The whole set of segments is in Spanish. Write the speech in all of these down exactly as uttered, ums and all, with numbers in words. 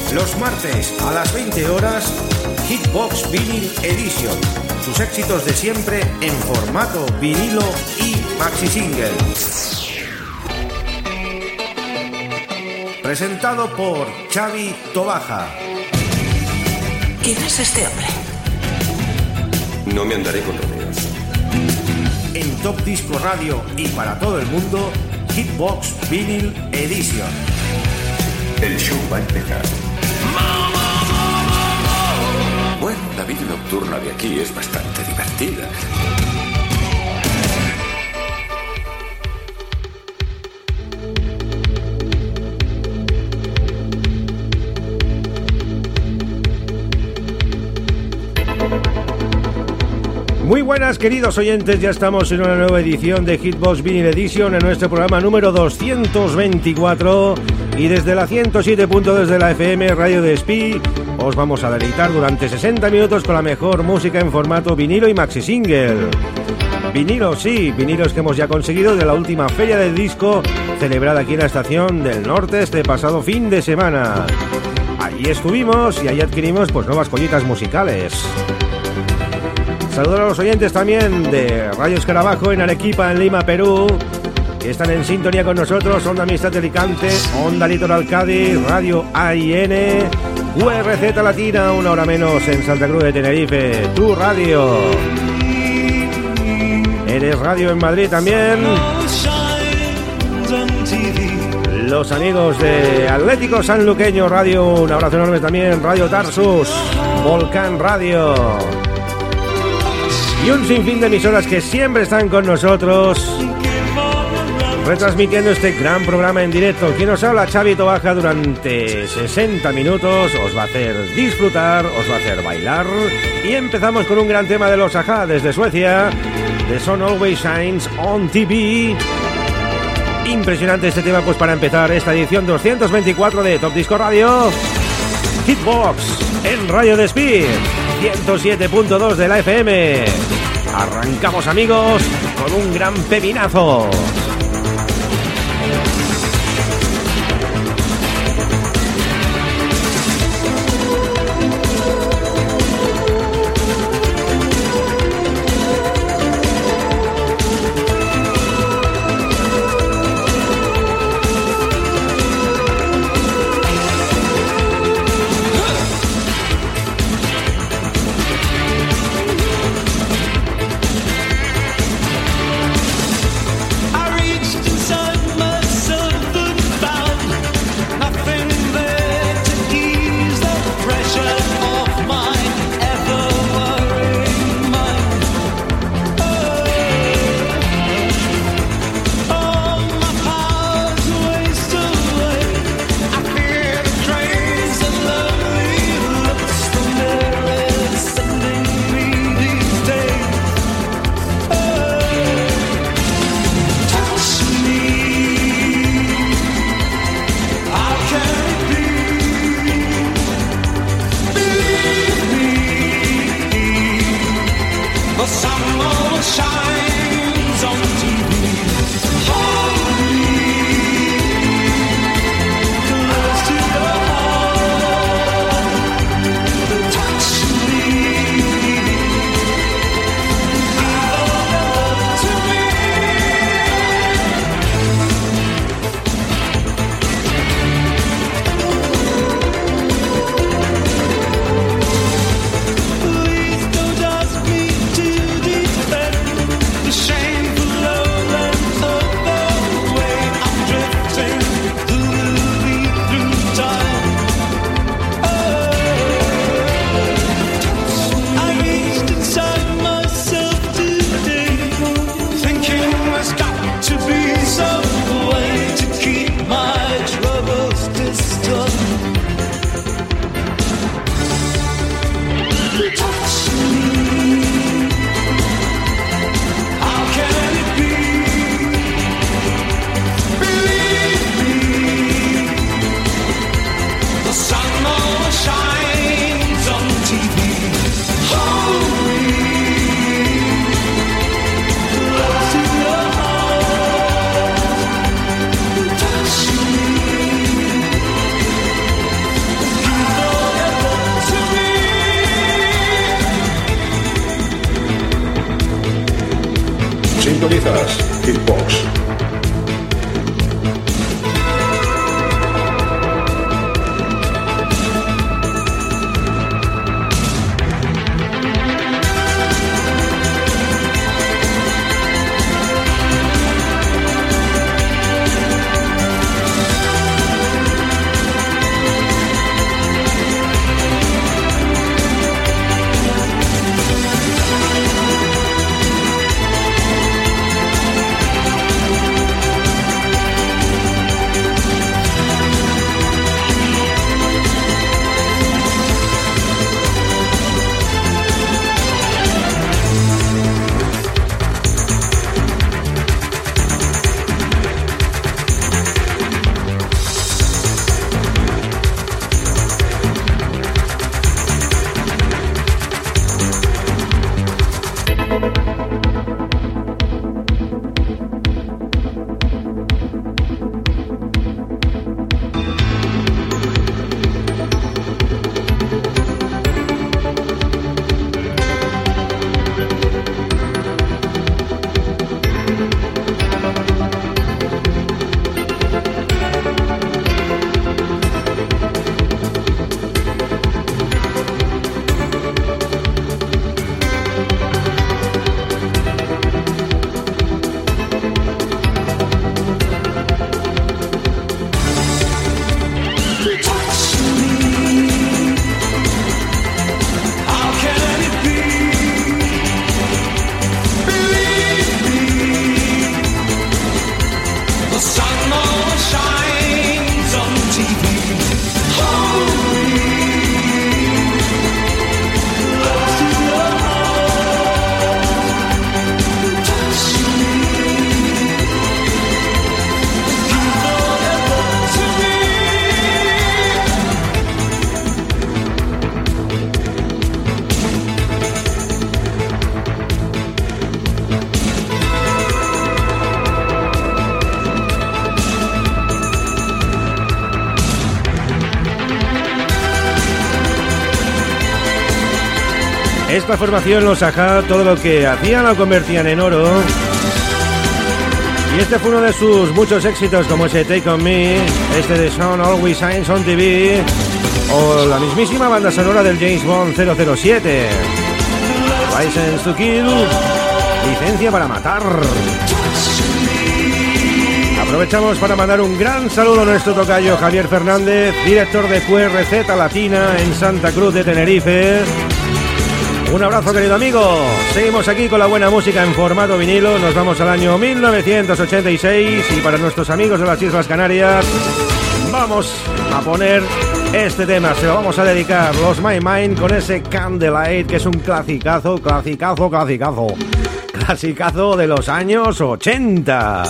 Los martes a las veinte horas, Hitbox Vinyl Edition. Sus éxitos de siempre en formato vinilo y maxi single. Presentado por Xavi Tobaja. ¿Quién es este hombre? No me andaré con rodeos. En Top Disco Radio y para todo el mundo, Hitbox Vinyl Edition. El show va a empezar. Bueno, la vida nocturna de aquí es bastante divertida. Muy buenas, queridos oyentes, ya estamos en una nueva edición de Hitbox Vinyl Edition, en nuestro programa número doscientos veinticuatro, y desde la ciento siete punto dos de la F M, Radio Despí, os vamos a deleitar durante sesenta minutos con la mejor música en formato vinilo y maxi single. Vinilo, sí, vinilos que hemos ya conseguido de la última feria del disco celebrada aquí en la Estación del Norte este pasado fin de semana. Allí estuvimos y allí adquirimos pues nuevas joyitas musicales. Saludos a los oyentes también de Radio Escarabajo en Arequipa, en Lima, Perú, que están en sintonía con nosotros. Onda Amistad de Alicante, Onda Litoral Cádiz, Radio A I N, U R Z Latina, una hora menos en Santa Cruz de Tenerife, Tu Radio. Eres Radio en Madrid también. Los amigos de Atlético Sanluqueño Radio, un abrazo enorme también. Radio Tarsus, Volcán Radio. Y un sinfín de emisoras que siempre están con nosotros, retransmitiendo este gran programa en directo. Quien os habla, Xavi Tobaja, durante sesenta minutos os va a hacer disfrutar, os va a hacer bailar. Y empezamos con un gran tema de los A-ha desde Suecia, The Sun Always Shines on T V. Impresionante este tema pues para empezar esta edición doscientos veinticuatro de Top Disco Radio. Hitbox en Radio Despí, ciento siete punto dos de la F M. Arrancamos, amigos, con un gran pepinazo. Sintonizas Hitbox. Esta formación, los A-ha, todo lo que hacían lo convertían en oro. Y este fue uno de sus muchos éxitos, como ese Take On Me, este de Sun Always Shines on T V, o la mismísima banda sonora del James Bond cero cero siete, License to Kill, licencia para matar. Aprovechamos para mandar un gran saludo a nuestro tocayo Javier Fernández, director de Q R Z Latina en Santa Cruz de Tenerife. Un abrazo, querido amigo. Seguimos aquí con la buena música en formato vinilo. Nos vamos al año mil novecientos ochenta y seis y para nuestros amigos de las Islas Canarias vamos a poner este tema. Se lo vamos a dedicar, los My Mind, con ese Candlelight, que es un clasicazo, clasicazo, clasicazo, clasicazo de los años ochenta.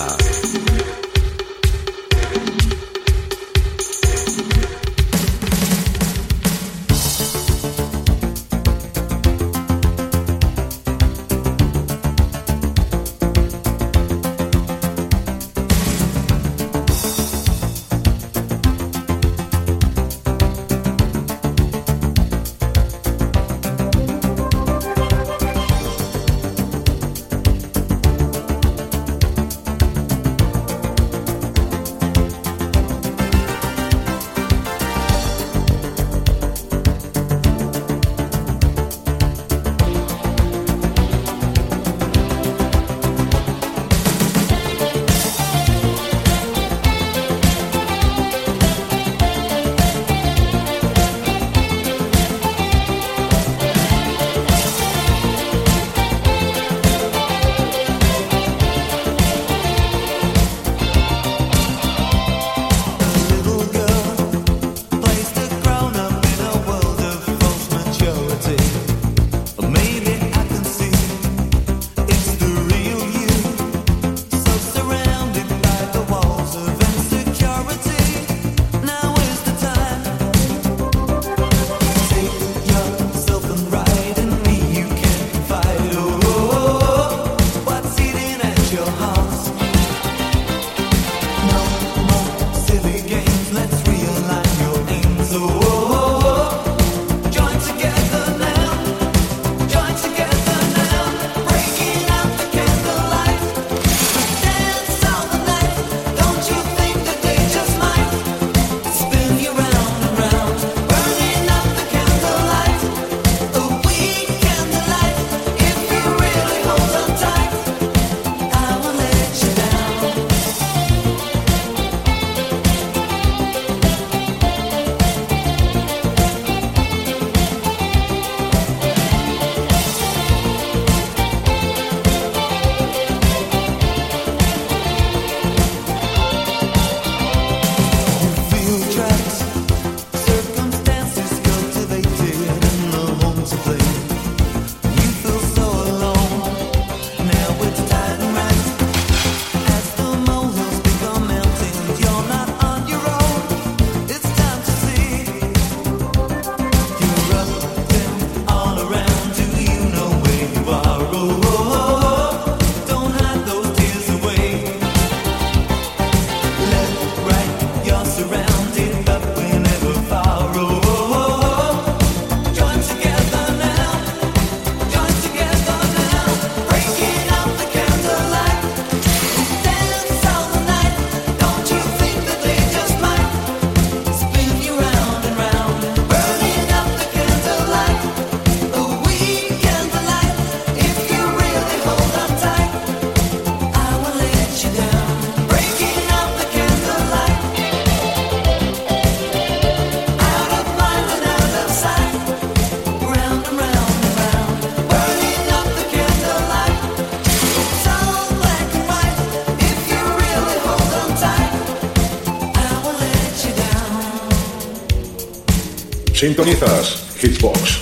Sintonizas Hitbox.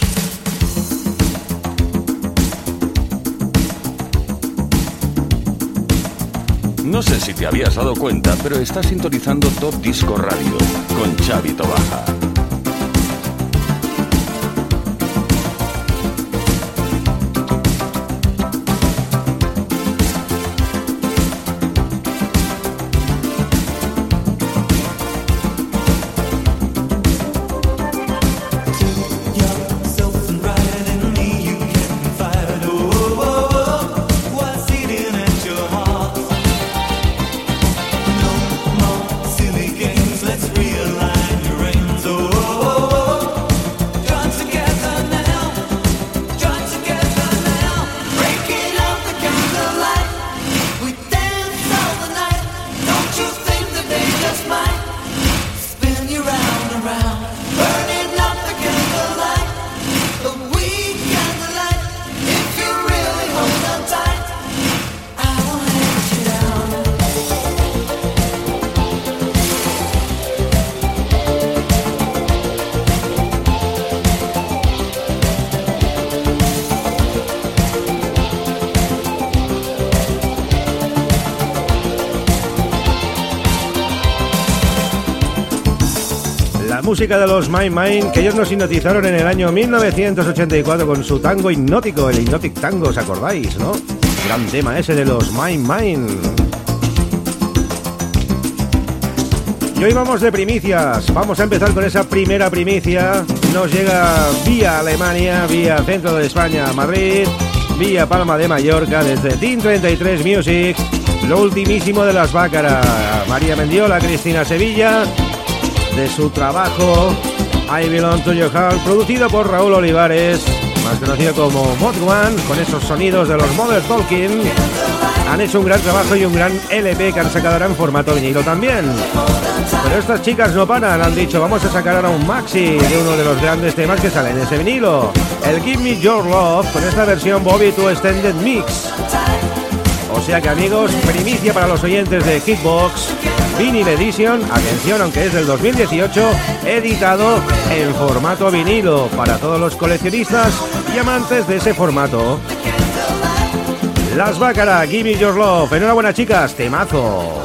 No sé si te habías dado cuenta, pero estás sintonizando Top Disco Radio con Xavi Tobaja. Música de los My Mind, que ellos nos hipnotizaron en el año mil novecientos ochenta y cuatro con su tango hipnótico, el Hypnotic Tango, ¿os acordáis, no? Gran tema ese de los My Mind. Y hoy vamos de primicias, vamos a empezar con esa primera primicia. Nos llega vía Alemania, vía centro de España, Madrid, vía Palma de Mallorca, desde Team treinta y tres Music, lo ultimísimo de las Bácara, María Mendiola, Cristina Sevilla, de su trabajo I Belong to Your Heart, producido por Raúl Olivares, más conocido como Mod One, con esos sonidos de los Modern Talking. Han hecho un gran trabajo y un gran L P que han sacado ahora en formato vinilo también. Pero estas chicas no paran, han dicho vamos a sacar ahora un maxi de uno de los grandes temas que sale en ese vinilo, el Give Me Your Love, con esta versión Bobby to Extended Mix. O sea que, amigos, primicia para los oyentes de Hitbox, Vinyl Edition, atención, aunque es del dos mil dieciocho, editado en formato vinilo para todos los coleccionistas y amantes de ese formato. Las Bácara, Give Me Your Love. Enhorabuena, chicas, temazo.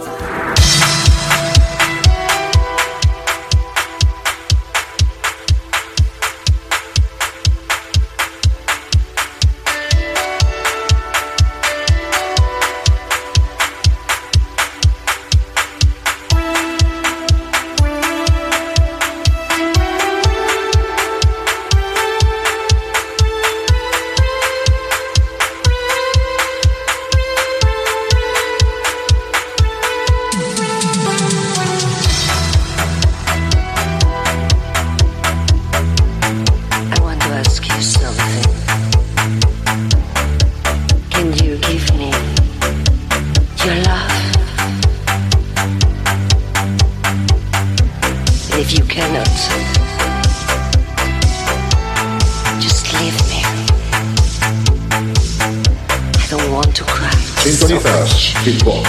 Sintonizas Hitbox.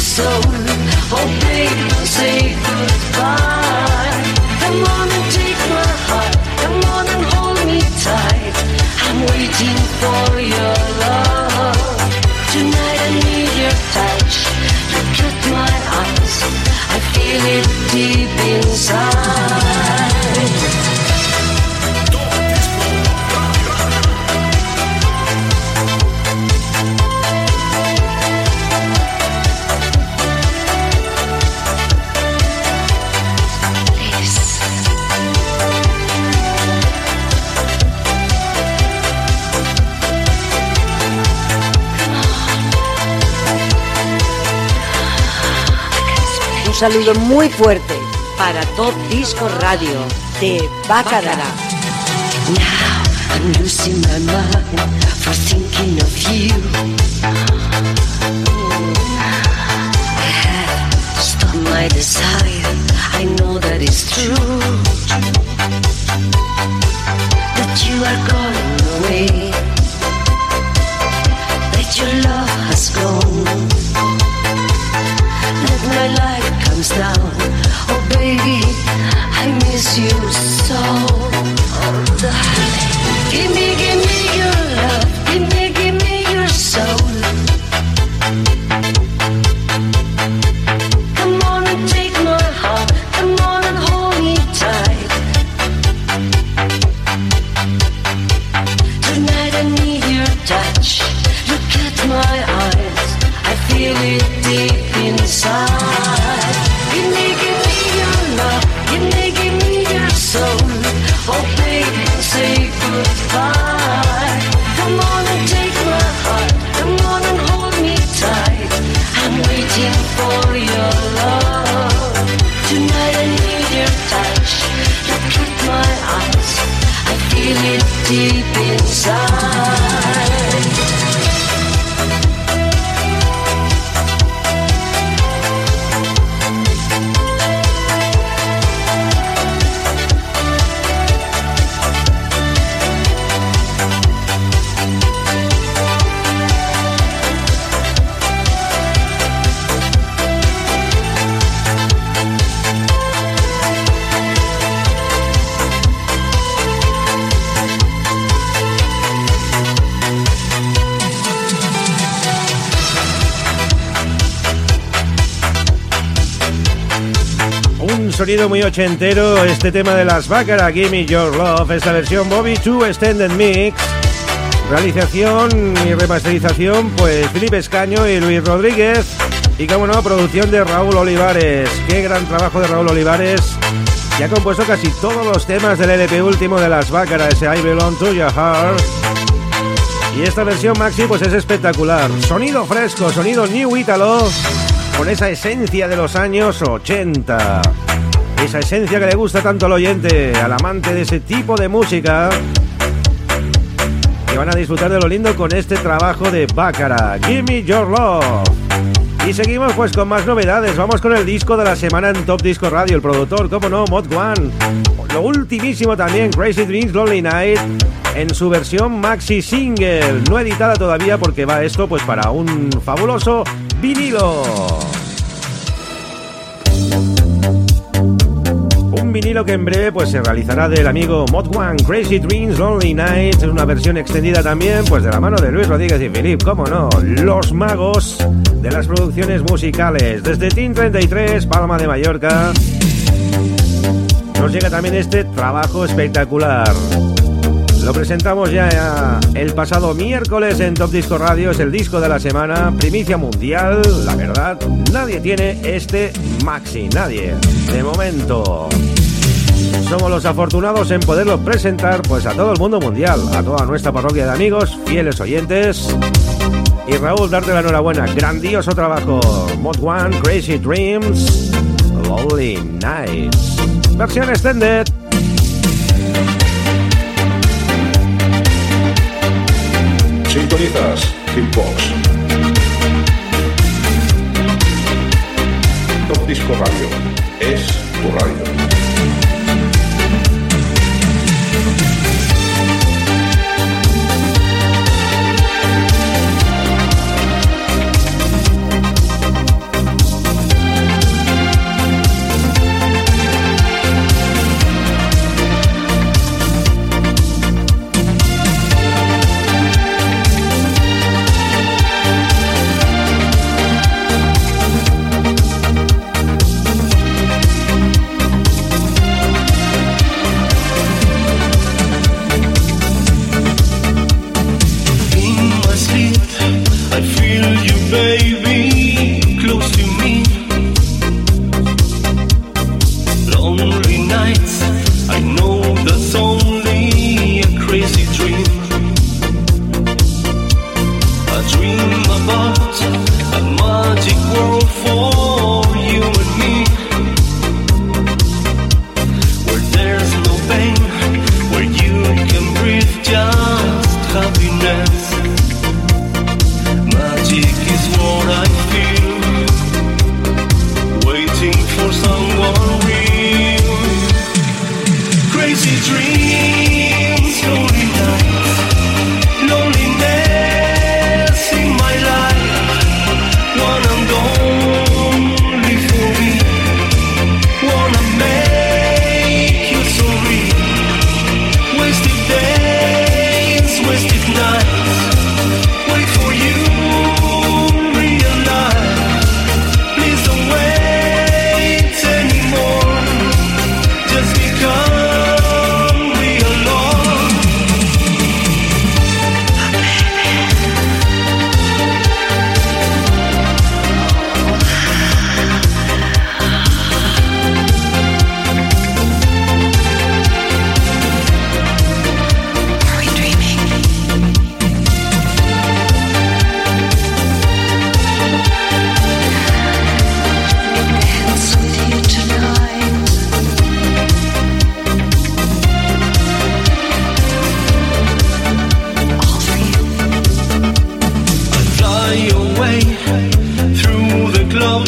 soul. Oh baby, say goodbye. Come on and take my heart. Come on and hold me tight. I'm waiting for your love. Tonight I need your touch. Look at my eyes, I feel it deep inside. Un saludo muy fuerte para Top Disco Radio de Bacarara. Now I'm losing my mind for thinking of you. I have to stop my desire. I know that it's true. That you are going away. That your love has gone. That my life comes down. Oh baby, I miss you so. Oh darling, give me, give me your love. Give me, give me your soul. Come on and take my heart. Come on and hold me tight. Tonight I need your touch. Look at my eyes, I feel it deep inside. Give me, give me your love. Give me, give me your soul. Oh baby, say goodbye. Come on and take my heart. Come on and hold me tight. I'm waiting for your love. Tonight I need your touch. Look at my eyes, I feel it deep inside. Sonido muy ochentero, este tema de las Baccara, Give Me Your Love, esta versión Bobby two Extended Mix, realización y remasterización pues Felipe Escaño y Luis Rodríguez, y como no, producción de Raúl Olivares. Qué gran trabajo de Raúl Olivares, que ha compuesto casi todos los temas del L P último de las Baccara, ese I Belong to Your Heart, y esta versión maxi pues es espectacular, sonido fresco, sonido new ítalo, con esa esencia de los años ochenta. Esa esencia que le gusta tanto al oyente, al amante de ese tipo de música, que van a disfrutar de lo lindo con este trabajo de Baccara, Give Me Your Love. Y seguimos pues con más novedades. Vamos con el disco de la semana en Top Disco Radio. El productor, como no, Mod One. Lo ultimísimo también, Crazy Dreams, Lonely Night, en su versión maxi single, no editada todavía porque va esto pues para un fabuloso vinilo. Un vinilo que en breve pues se realizará del amigo Mod One, Crazy Dreams, Lonely Nights, en una versión extendida también pues de la mano de Luis Rodríguez y Philip, cómo no, los magos de las producciones musicales. Desde Team treinta y tres, Palma de Mallorca, nos llega también este trabajo espectacular. Lo presentamos ya el pasado miércoles en Top Disco Radio, es el disco de la semana, primicia mundial, la verdad, nadie tiene este maxi, nadie, de momento. Somos los afortunados en poderlo presentar pues a todo el mundo mundial, a toda nuestra parroquia de amigos, fieles oyentes. Y Raúl, darte la enhorabuena, grandioso trabajo. Mod One, Crazy Dreams, Lonely Nights, versión extended. Sintonizas Hitbox. Top Disco Radio es tu radio.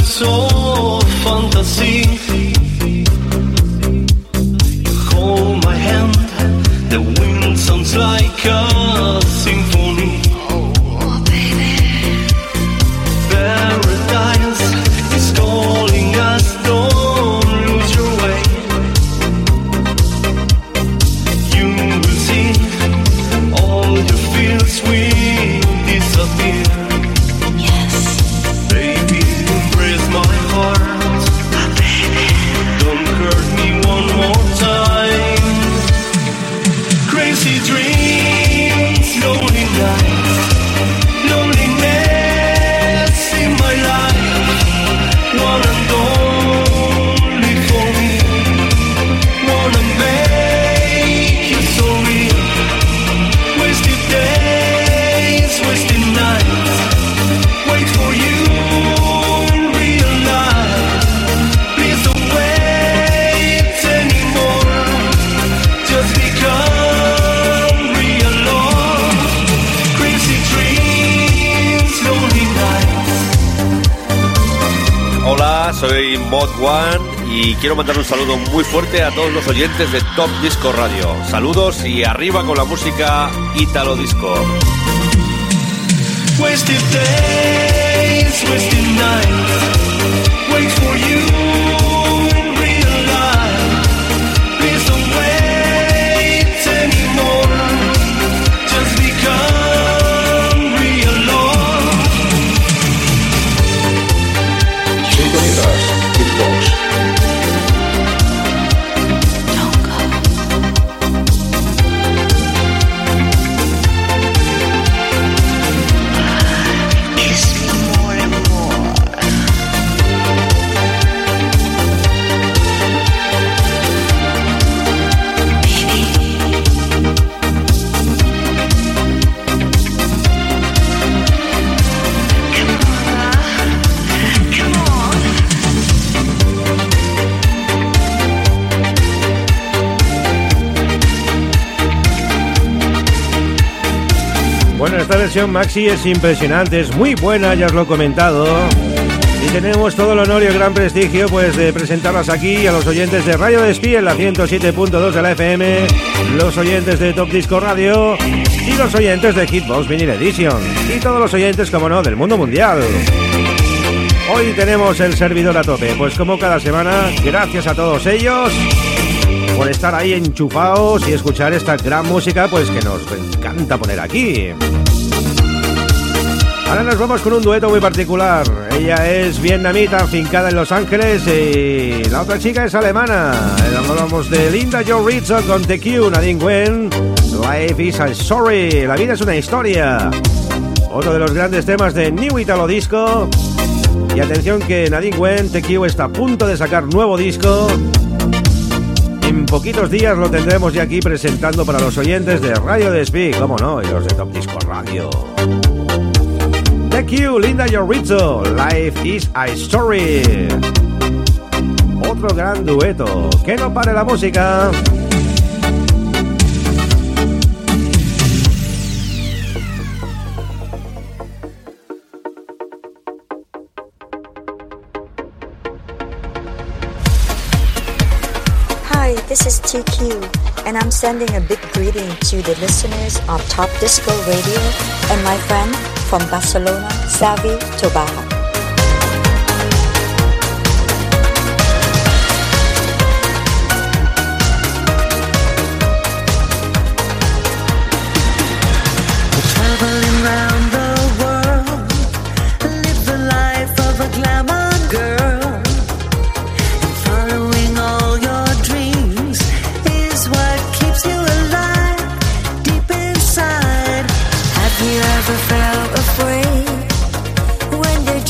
words of fantasy. Hold my hand, the wind sounds like a symphony. Oh, baby. Paradise is calling us, don't lose your way. You will see all your fears will disappear. Yes, baby, embrace my heart. Baby, don't hurt me one more time. Crazy dreams, lonely nights, loneliness in my life. One and only for me. Wanna make you so real. Wasted days, wasted nights. Wait for you in real life. Please don't wait anymore. Just become real love. Crazy dreams, lonely nights. Hola, soy Mod One y quiero mandar un saludo muy fuerte a todos los oyentes de Top Disco Radio. Saludos y arriba con la música Italo Disco. Wasted days, wasted nights. Wait for you in real life. Please don't wait anymore. Just become real love. Sintonizas Hitbox. Kiss me more and more. Bueno, esta versión maxi es impresionante, es muy buena, ya os lo he comentado. Y tenemos todo el honor y el gran prestigio pues de presentarlas aquí a los oyentes de Radio Despí en la ciento siete punto dos de la F M, los oyentes de Top Disco Radio y los oyentes de Hitbox Vinyl Edition y todos los oyentes, como no, del mundo mundial. Hoy tenemos el servidor a tope, pues como cada semana, gracias a todos ellos por estar ahí enchufados y escuchar esta gran música pues que nos encanta poner aquí. Ahora nos vamos con un dueto muy particular. Ella es vietnamita, afincada en Los Ángeles, y la otra chica es alemana. Hablamos de Linda Jo Rizzo con T Q, Nadine Wen, Life is a Story, la vida es una historia. Otro de los grandes temas de New Italo Disco. Y atención que Nadine Wen, T Q está a punto de sacar nuevo disco. En poquitos días lo tendremos ya aquí presentando para los oyentes de Radio Despí, cómo no, y los de Top Disco Radio. T Q, Linda Jo Rizzo, Life is a Story. Otro gran dueto, que no pare la música. Hi, this is T Q, and I'm sending a big greeting to the listeners of Top Disco Radio and my friend from Barcelona, Xavi Tobaja. Traveling round the world, live the life of a glamour girl, and following all your dreams is what keeps you alive deep inside. Have you ever felt afraid when the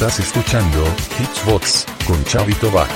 Estás escuchando Hitbox con Chavito Baja.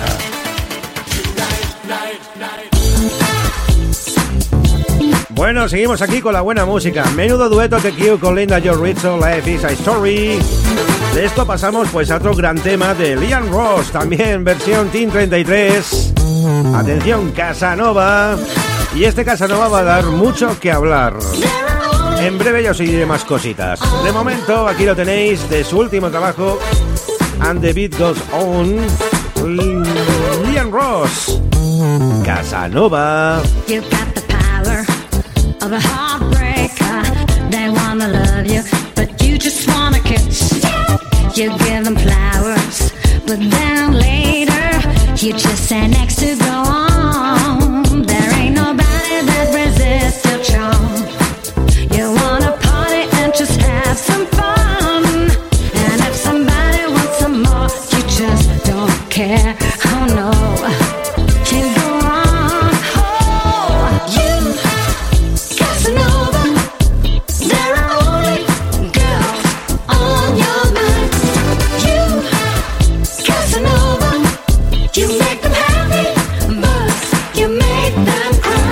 Bueno, seguimos aquí con la buena música. Menudo dueto T Q con Linda Joe Rizzo, Life is a Story. De esto pasamos pues a otro gran tema de Liam Ross, también versión Team treinta y tres. Atención, Casanova. Y este Casanova va a dar mucho que hablar. En breve ya os diré más cositas. De momento, aquí lo tenéis de su último trabajo, And the Beat Goes On, Liam Ross, Casanova. You got the power of a heartbreaker. They wanna love you, but you just wanna kiss. You give them flowers, but then later you just say next to go on. There ain't nobody that resists your charm. You wanna party and just have some fun. And if somebody wants some more, you just don't care. Oh no. You go on. Oh, you Casanova. There are only girls on your mind. You Casanova. You make them happy, but you make them cry.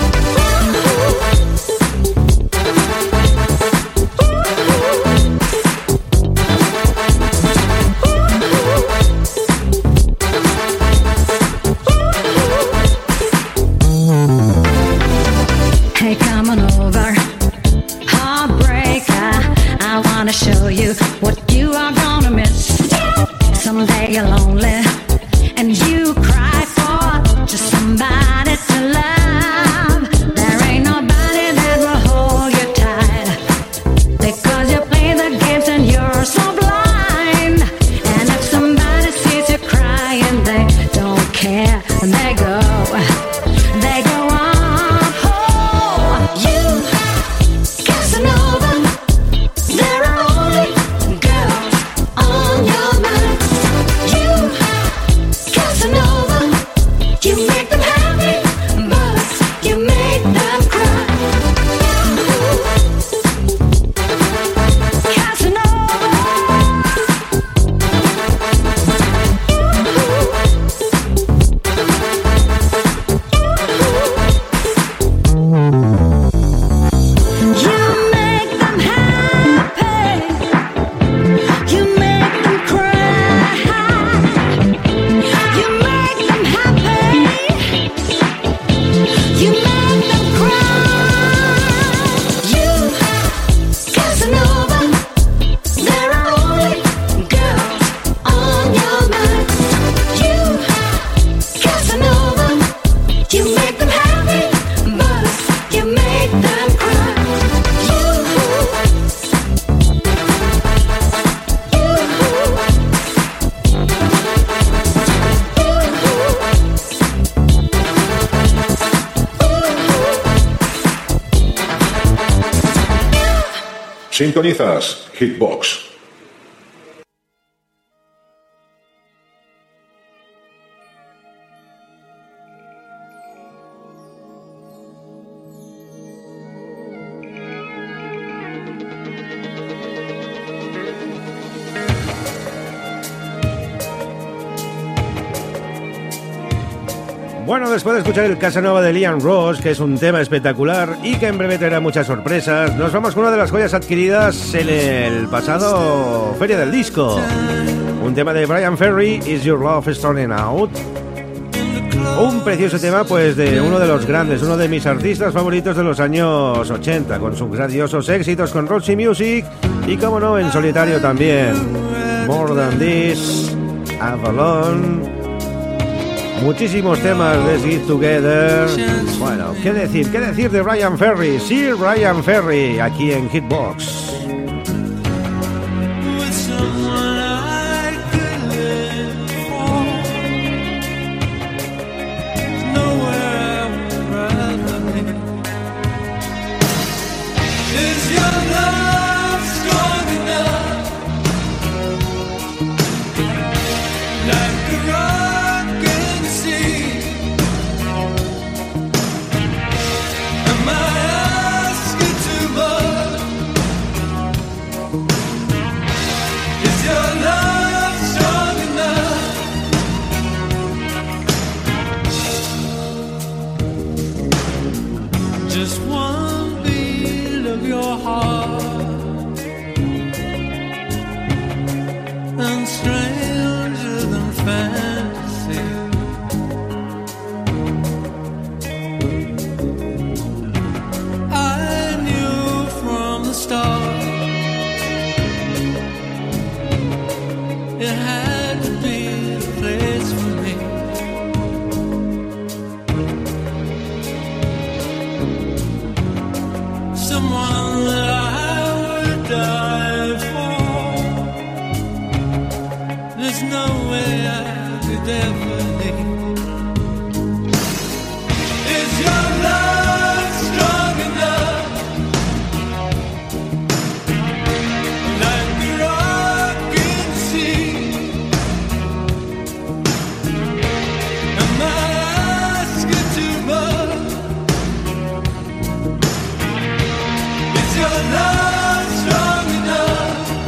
Hey, come on over, heartbreaker. I wanna show you what you are gonna miss. Someday you're lonely and you cry for just somebody to love. There ain't nobody that will hold you tight, because you play the games and you're so blind. And if somebody sees you crying, they don't care and they go, they go on. Oh, you Casanova. There are only girls on your mind. You Casanova. You make them happy, but you make them cry. Casanova. You make them happy. You make them cry. You make them happy. You make them cry. You Casanova. There are only girls on your mind. You Casanova. You make them happy, but you make them cry. You, Sintonizas Hitbox. Bueno, después de escuchar el Casanova de Liam Ross, que es un tema espectacular y que en breve traerá muchas sorpresas, nos vamos con una de las joyas adquiridas en el pasado Feria del Disco. Un tema de Brian Ferry, Is Your Love Starting Out. Un precioso tema pues de uno de los grandes, uno de mis artistas favoritos de los años ochenta, con sus grandiosos éxitos con Roxy Music y, como no, en solitario también. More Than This, Avalon, muchísimos temas de Get Together. Bueno, ¿qué decir? ¿Qué decir de Brian Ferry? Sí, Brian Ferry, aquí en Hitbox. Am I asking too much? it had to be the place for me. Someone that I would die for. There's no way I could ever leave. Is your love strong enough? Like the rocking sea. Am I asking too much? Is your love strong enough?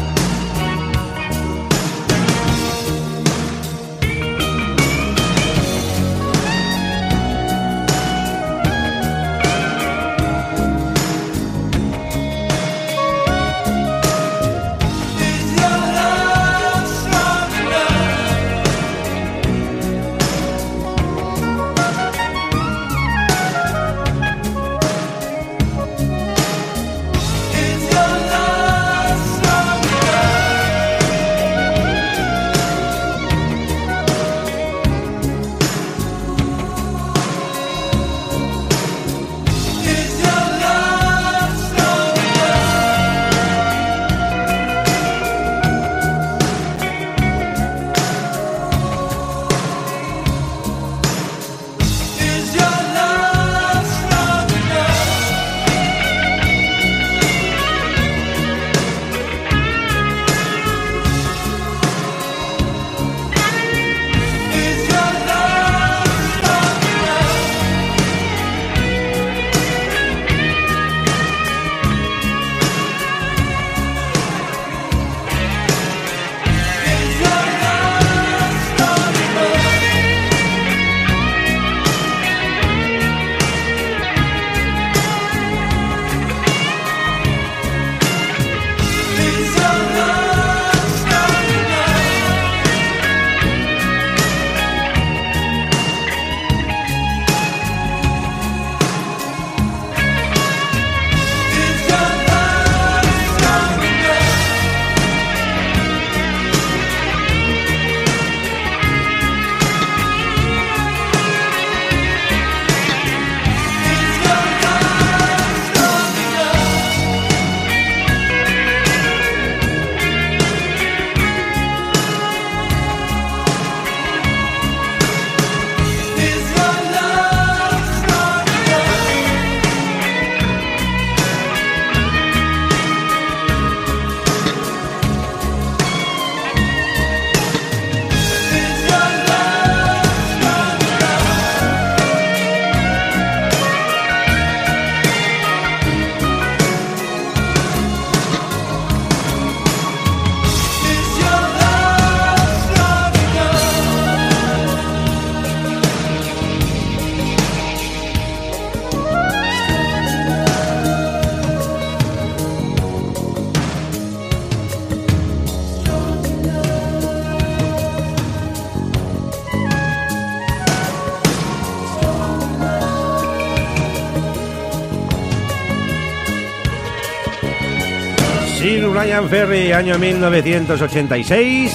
Sir Brian Ferry, año mil novecientos ochenta y seis.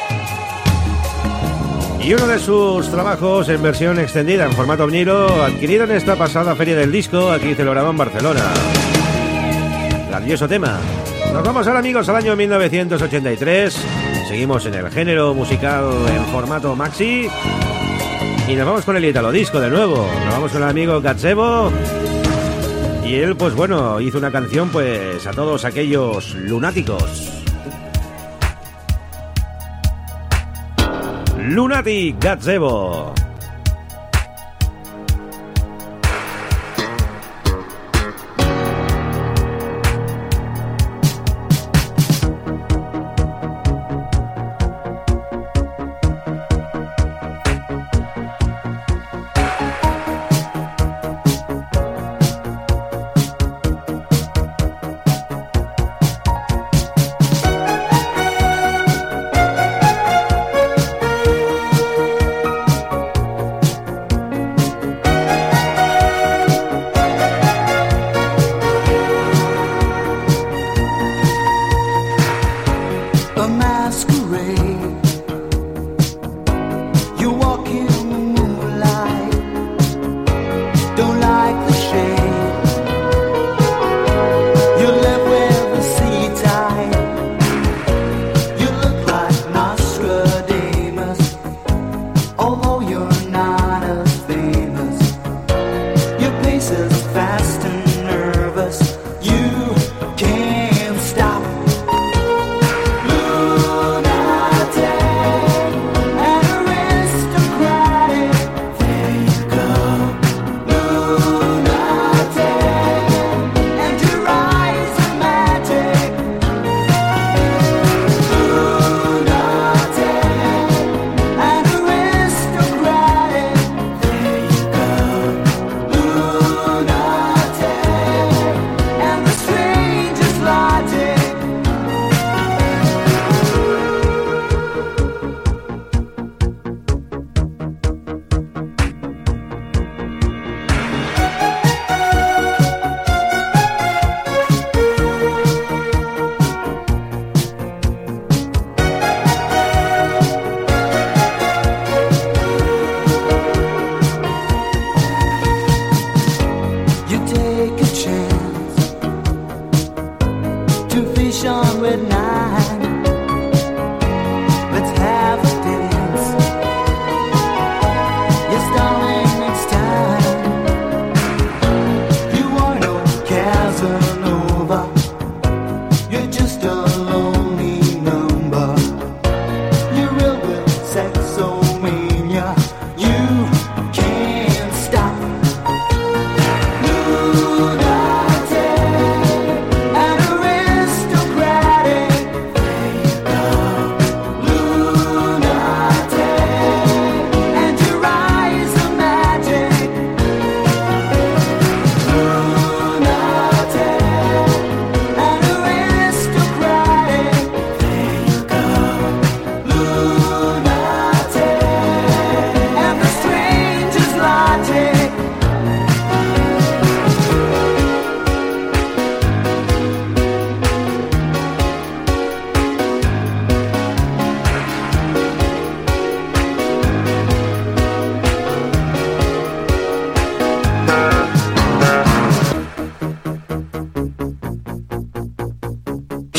Y uno de sus trabajos en versión extendida en formato vinilo, adquirido en esta pasada Feria del Disco, aquí celebrado en Barcelona. Grandioso tema. Nos vamos ahora, amigos, al año mil novecientos ochenta y tres. Seguimos en el género musical en formato maxi. Y nos vamos con el Italo Disco de nuevo. Nos vamos con el amigo Gazebo. Y él, pues bueno, hizo una canción pues a todos aquellos lunáticos. Lunatic Gazebo.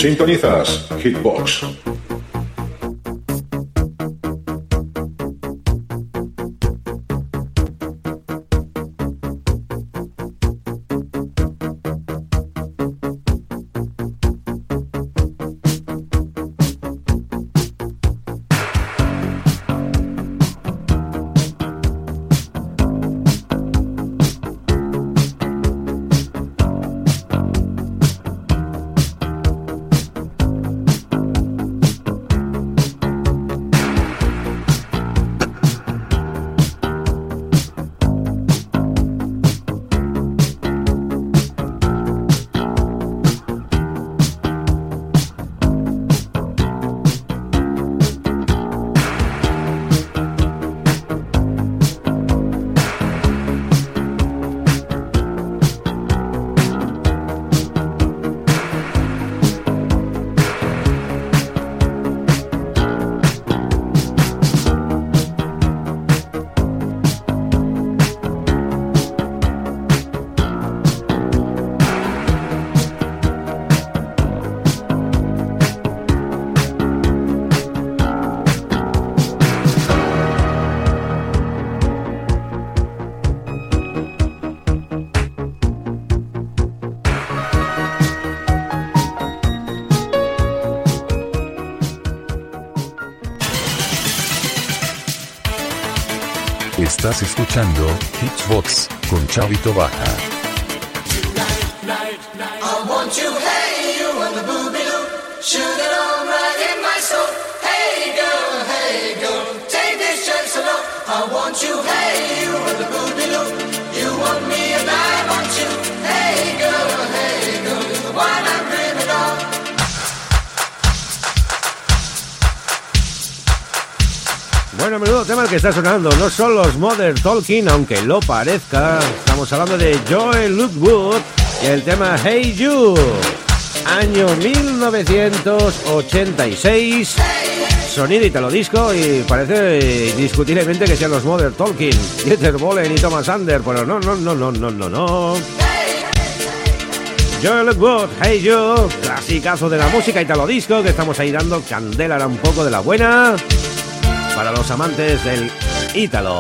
Sintonizas Hitbox. Estás escuchando Hitbox con Chavito Baja. I want you, hey, you and the booby-doo. Shoot it all right in my soul. Hey, girl, hey, girl, take this chance to love. I want you, hey, you and the booby-doo. You want me and I want you. Hey, girl, hey, girl, you're the one I'm dreaming of. Bueno, menudo tema el que está sonando. No son los Modern Talking, aunque lo parezca. Estamos hablando de Joel Ludwood y el tema Hey You. Año mil novecientos ochenta y seis. Sonido italodisco y parece indiscutiblemente que sean los Modern Talking. Dieter Bohlen y Thomas Under, pero no, no, no, no, no, no, no. Joel Ludwood, Hey You. Clasicazo de la música italodisco que estamos ahí dando candela un poco de la buena para los amantes del ítalo.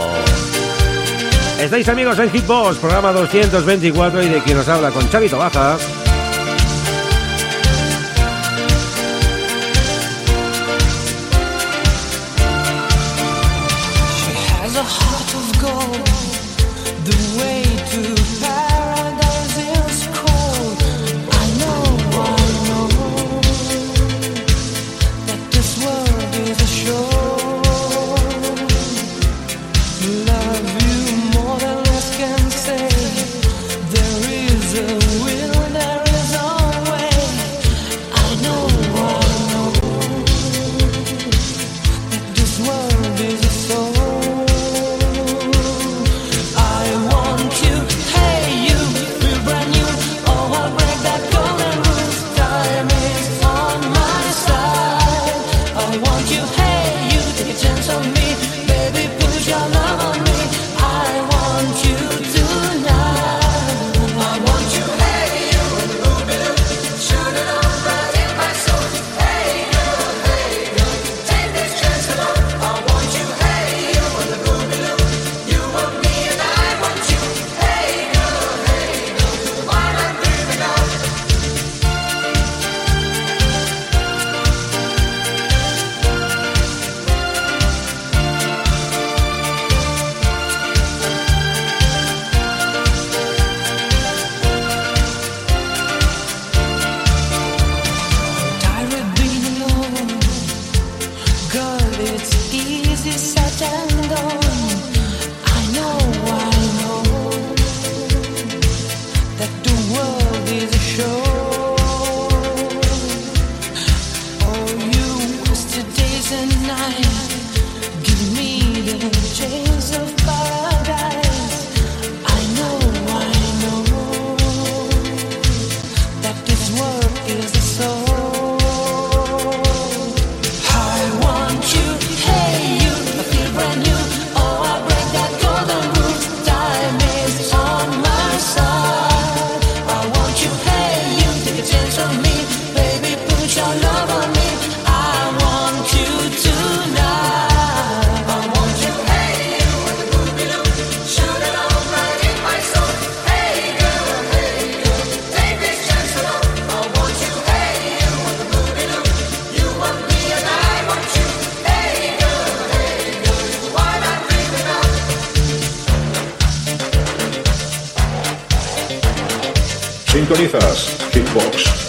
Estáis, amigos, en Hitbox, programa doscientos veinticuatro, y de quien nos habla, con Chavito Baja. I want you, hey you, I feel brand new. Sintonizas Hitbox.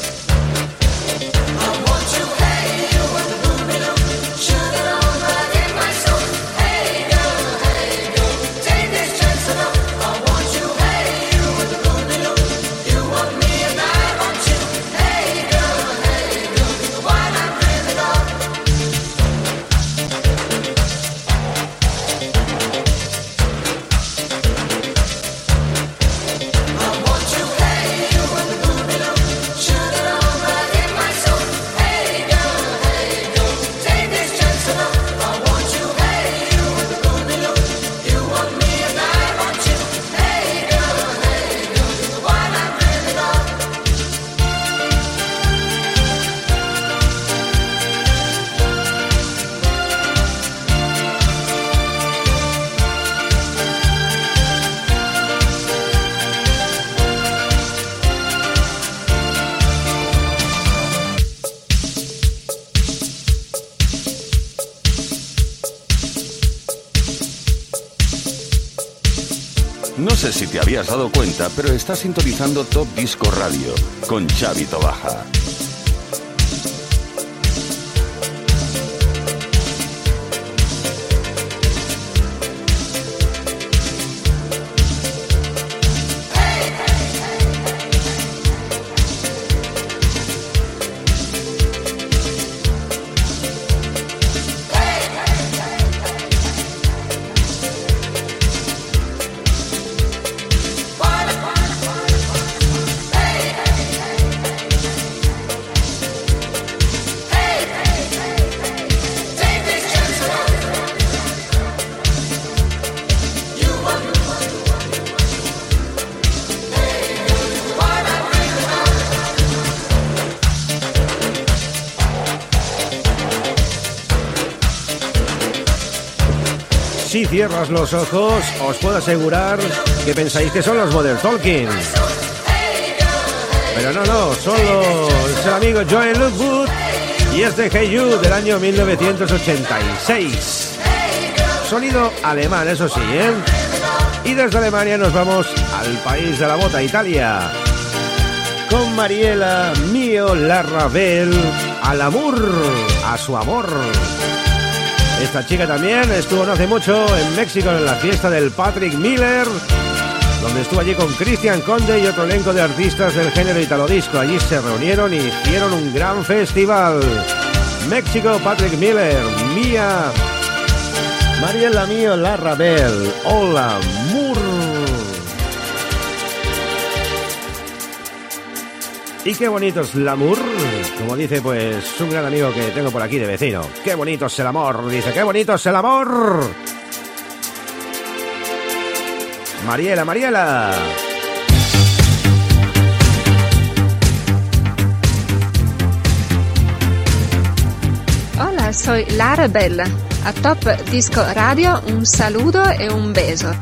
No sé si te habías dado cuenta, pero estás sintonizando Top Disco Radio con Xavi Tobaja. Si cierras los ojos, os puedo asegurar que pensáis que son los Modern Talking. Pero no, no, son los, el amigo Joel Lockwood y este Hey You del año mil novecientos ochenta y seis. Sonido alemán, eso sí, ¿eh? Y desde Alemania nos vamos al país de la bota, Italia, con Mariela Mio Larrabel, al amor, a su amor. Esta chica también estuvo no hace mucho en México en la fiesta del Patrick Miller, donde estuvo allí con Cristian Conde y otro elenco de artistas del género italodisco. Allí se reunieron y hicieron un gran festival. México, Patrick Miller, Mía, Mariela Mio Larrabel, hola, Mur. Y qué bonito es el amor, como dice pues un gran amigo que tengo por aquí de vecino. Qué bonito es el amor, dice, qué bonito es el amor. Mariela, Mariela. Hola, soy Larrabel. A Top Disco Radio un saludo e un beso.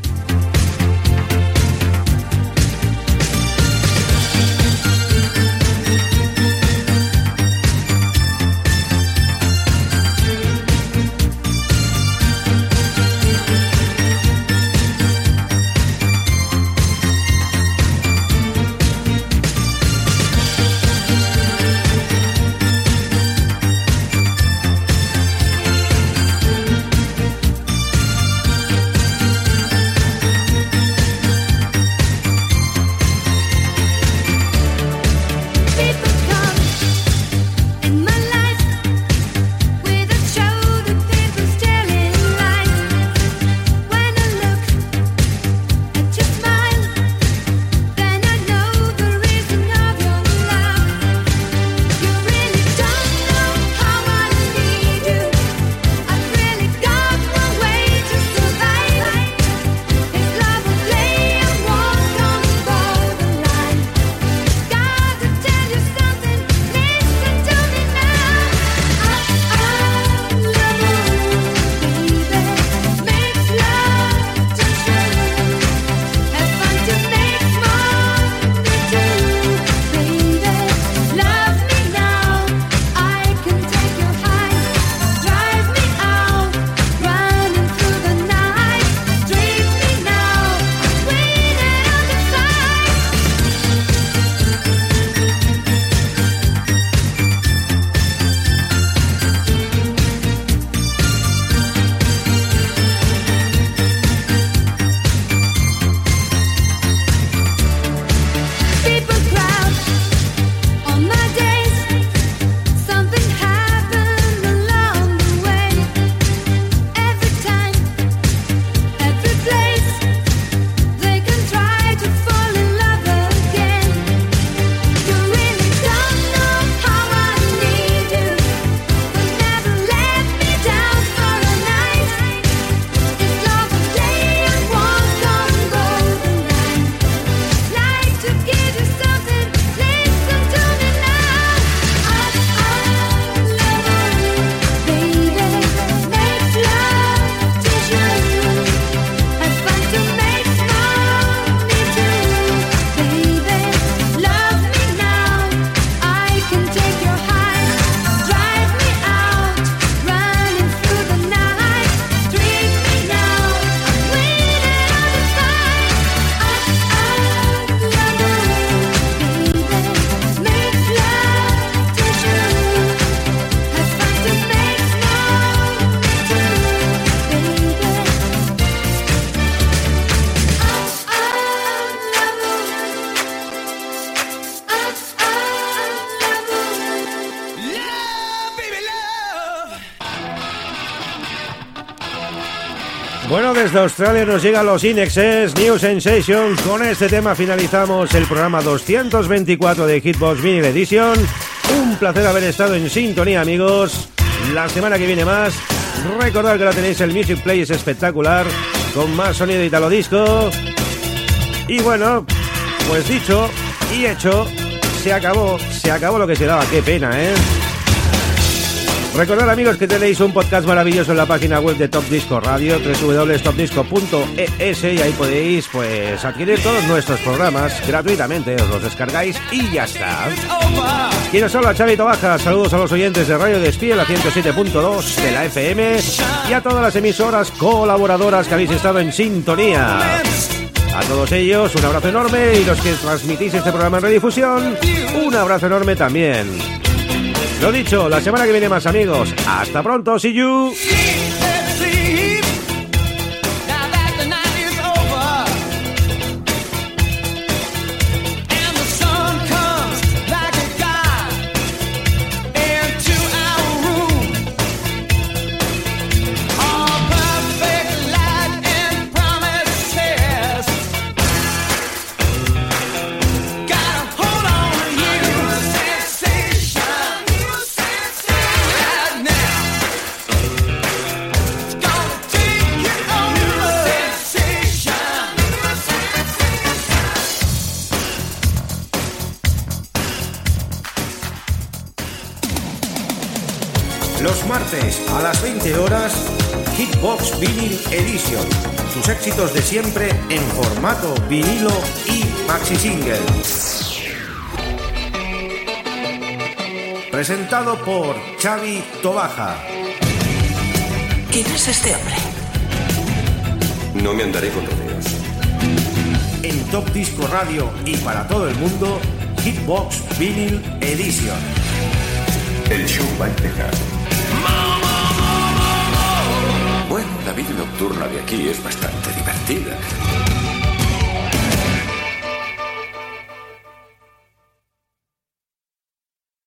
Bueno, desde Australia nos llegan los Inexes New Sensation. Con este tema finalizamos el programa doscientos veinticuatro de Hitbox Vinyl Edition. Un placer haber estado en sintonía, amigos. La semana que viene más. Recordad que ahora tenéis el Music Play, es espectacular, con más sonido italo disco. Y bueno, pues dicho y hecho, se acabó, se acabó lo que se daba. Qué pena, ¿eh? Recordad, amigos, que tenéis un podcast maravilloso en la página web de Top Disco Radio, doble u doble u doble u punto top disco punto e ese, y ahí podéis pues adquirir todos nuestros programas gratuitamente, os los descargáis y ya está. Quien os habla, Chavito Baja. Saludos a los oyentes de Radio Despiel, a ciento siete punto dos de la F M, y a todas las emisoras colaboradoras que habéis estado en sintonía. A todos ellos, un abrazo enorme, y los que transmitís este programa en redifusión, un abrazo enorme también. Lo dicho, la semana que viene más, amigos. Hasta pronto, see you. Los martes a las veinte horas, Hitbox Vinyl Edition. Tus éxitos de siempre en formato vinilo y maxi single. Presentado por Xavi Tobaja. ¿Quién es este hombre? No me andaré con rodeos. En Top Disco Radio y para todo el mundo, Hitbox Vinyl Edition. El show va a empezar. Bueno, la vida nocturna de aquí es bastante divertida.